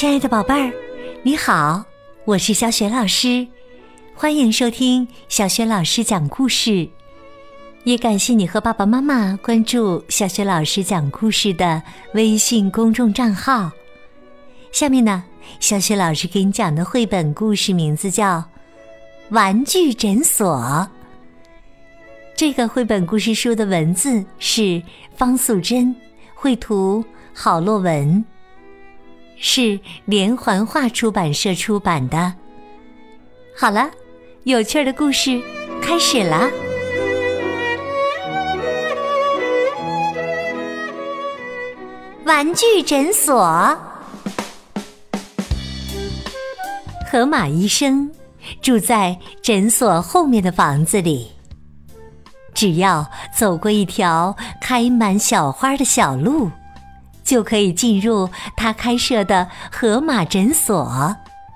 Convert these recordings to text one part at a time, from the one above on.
亲爱的宝贝儿，你好，我是小雪老师，欢迎收听小雪老师讲故事。也感谢你和爸爸妈妈关注小雪老师讲故事的微信公众账号。下面呢，小雪老师给你讲的绘本故事名字叫《玩具诊所》。这个绘本故事书的文字是方素珍，绘图郝洛文，是连环画出版社出版的。好了，有趣的故事开始了。玩具诊所。河马医生住在诊所后面的房子里，只要走过一条开满小花的小路，就可以进入他开设的河马诊所。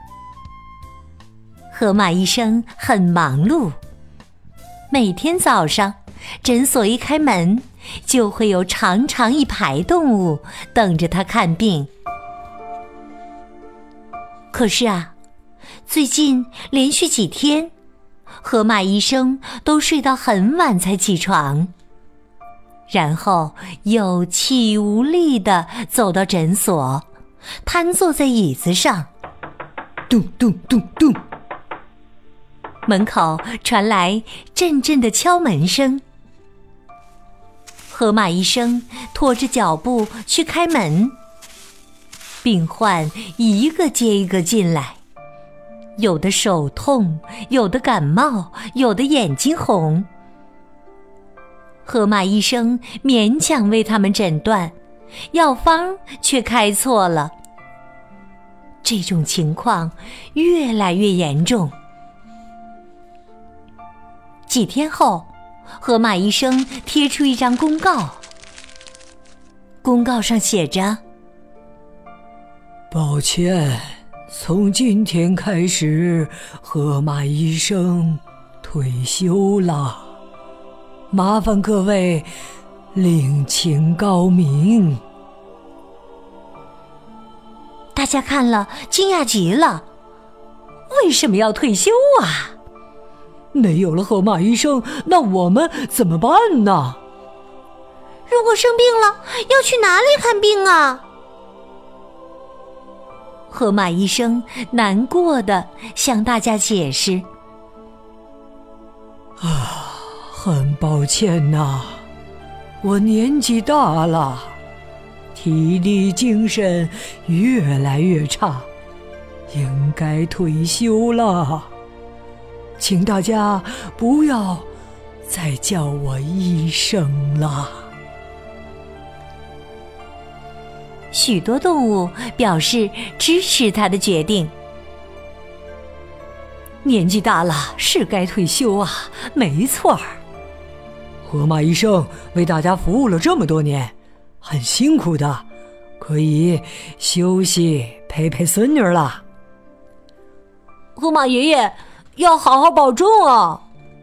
河马医生很忙碌，每天早上诊所一开门，就会有长长一排动物等着他看病。可是啊，最近连续几天，河马医生都睡到很晚才起床，然后有气无力地走到诊所，瘫坐在椅子上。咚咚咚咚，门口传来阵阵的敲门声。河马医生拖着脚步去开门，病患一个接一个进来，有的手痛，有的感冒，有的眼睛红。河马医生勉强为他们诊断，药方却开错了。这种情况越来越严重。几天后，河马医生贴出一张公告，公告上写着： 抱歉，从今天开始，河马医生退休了，麻烦各位另请高明。 大家看了惊讶极了，为什么要退休啊？ 没有了河马医生，那我们怎么办呢？ 如果生病了，要去哪里看病啊？ 河马医生难过地向大家解释： 很抱歉呐，我年纪大了，体力精神越来越差，应该退休了。请大家不要再叫我医生了。 许多动物表示支持他的决定。 年纪大了是该退休啊，没错儿。河马医生为大家服务了这么多年，很辛苦的，可以休息陪陪孙女了。 河马爷爷要好好保重啊！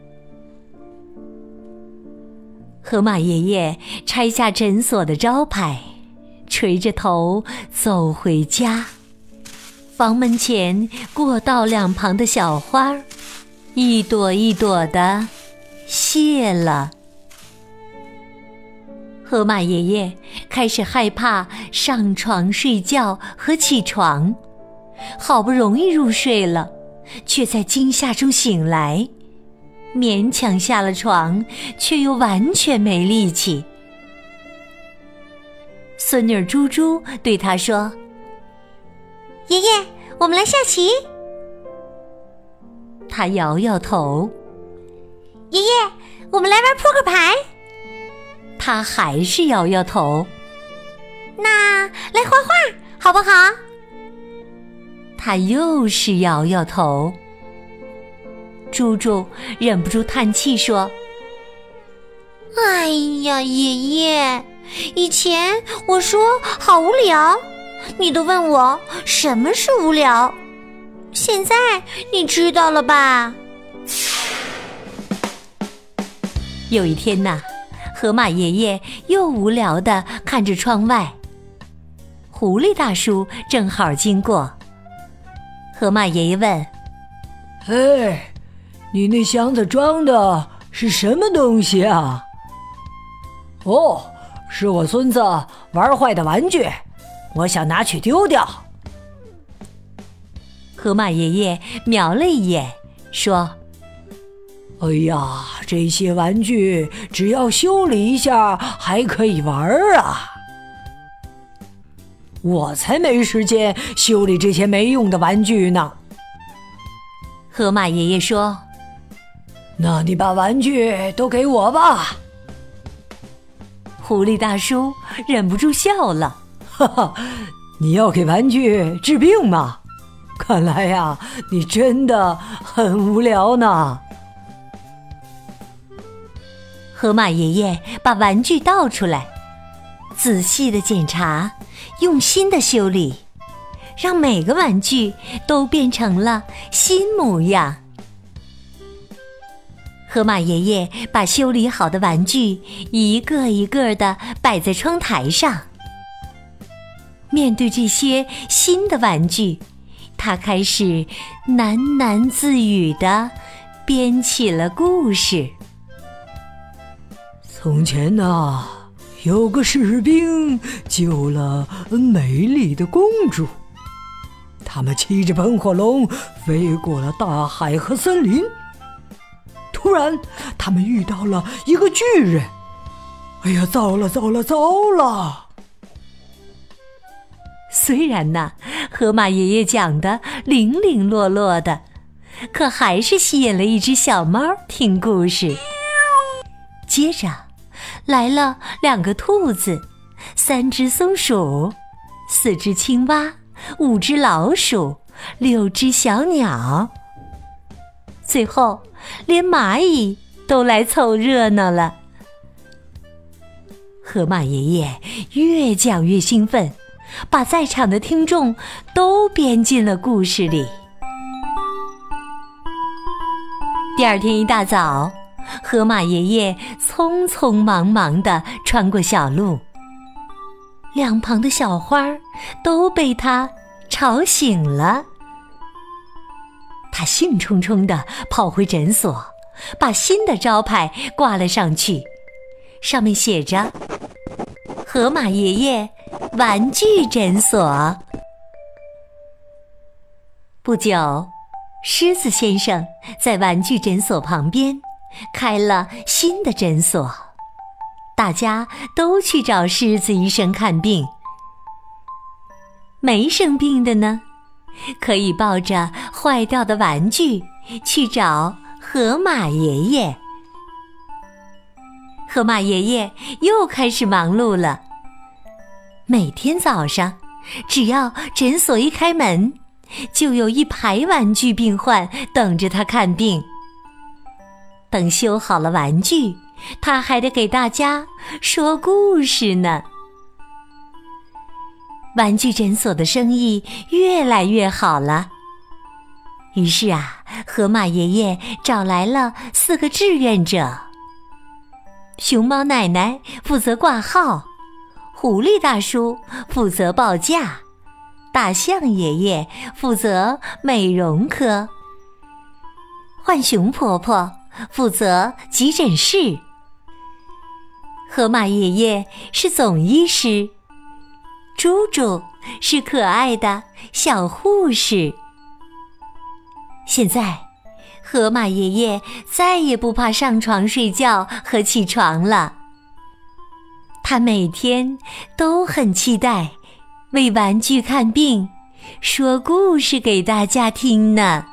河马爷爷拆下诊所的招牌，垂着头走回家。房门前过道两旁的小花，一朵一朵的谢了。河马爷爷开始害怕上床睡觉和起床，好不容易入睡了，却在惊吓中醒来，勉强下了床，却又完全没力气。孙女猪猪对他说： 爷爷，我们来下棋。 他摇摇头。 爷爷，我们来玩扑克牌。 他还是摇摇头。 那来画画好不好？ 他又是摇摇头。猪猪忍不住叹气说： 哎呀，爷爷，以前我说好无聊，你都问我什么是无聊，现在你知道了吧？ 有一天呐，河马爷爷又无聊地看着窗外， 狐狸大叔正好经过。河马爷爷问： 哎，你那箱子装的是什么东西啊？哦，是我孙子玩坏的玩具，我想拿去丢掉。 河马爷爷瞄了一眼，说： 哎呀，这些玩具只要修理一下还可以玩啊！我才没时间修理这些没用的玩具呢。 河马爷爷说： 那你把玩具都给我吧。 狐狸大叔忍不住笑了： 哈哈，你要给玩具治病吗？看来呀，你真的很无聊呢。 河马爷爷把玩具倒出来，仔细地检查，用心地修理，让每个玩具都变成了新模样。河马爷爷把修理好的玩具一个一个地摆在窗台上。面对这些新的玩具，他开始喃喃自语地编起了故事。 从前呐，有个士兵救了美丽的公主，他们骑着喷火龙飞过了大海和森林。突然，他们遇到了一个巨人。哎呀，糟了糟了糟了！ 虽然呢，河马爷爷讲的零零落落的，可还是吸引了一只小猫听故事。接着来了2个兔子，3只松鼠，4只青蛙，5只老鼠，6只小鸟，最后连蚂蚁都来凑热闹了。河马爷爷越讲越兴奋，把在场的听众都编进了故事里。第二天一大早，河马爷爷匆匆忙忙地穿过小路，两旁的小花都被他吵醒了。他兴冲冲地跑回诊所，把新的招牌挂了上去，上面写着河马爷爷玩具诊所。不久，狮子先生在玩具诊所旁边开了新的诊所，大家都去找狮子医生看病。没生病的呢，可以抱着坏掉的玩具去找河马爷爷。河马爷爷又开始忙碌了。每天早上，只要诊所一开门，就有一排玩具病患等着他看病。等修好了玩具，他还得给大家说故事呢。玩具诊所的生意越来越好了。于是啊，河马爷爷找来了4个志愿者。熊猫奶奶负责挂号，狐狸大叔负责报价，大象爷爷负责美容科，浣熊婆婆负责急诊室，河马爷爷是总医师，猪猪是可爱的小护士。现在，河马爷爷再也不怕上床睡觉和起床了。他每天都很期待为玩具看病，说故事给大家听呢。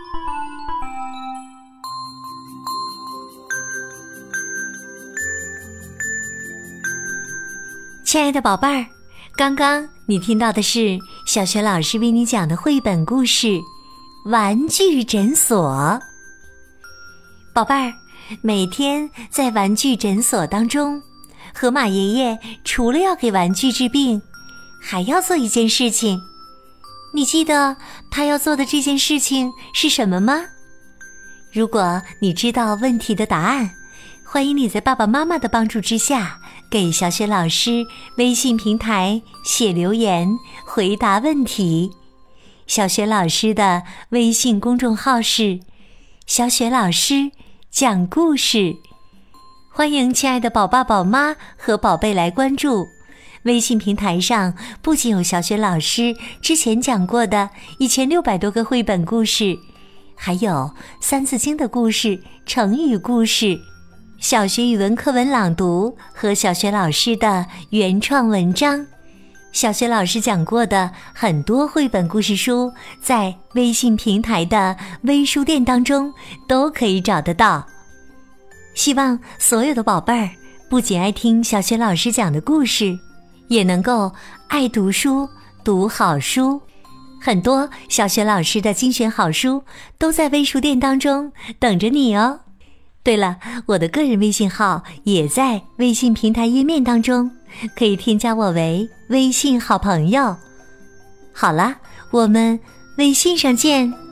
亲爱的宝贝儿，刚刚你听到的是小雪老师为你讲的绘本故事《玩具诊所》。宝贝儿，每天在玩具诊所当中，河马爷爷除了要给玩具治病，还要做一件事情。你记得他要做的这件事情是什么吗？如果你知道问题的答案，欢迎你在爸爸妈妈的帮助之下给小雪老师微信平台写留言回答问题。小雪老师的微信公众号是小雪老师讲故事，欢迎亲爱的宝爸宝妈和宝贝来关注。微信平台上不仅有小雪老师之前讲过的1600多个绘本故事，还有三字经的故事、成语故事、小学语文课文朗读和小雪老师的原创文章。小雪老师讲过的很多绘本故事书，在微信平台的微书店当中都可以找得到。希望所有的宝贝儿不仅爱听小雪老师讲的故事，也能够爱读书，读好书。很多小雪老师的精选好书都在微书店当中等着你哦。对了，我的个人微信号也在微信平台页面当中，可以添加我为微信好朋友。好了，我们微信上见。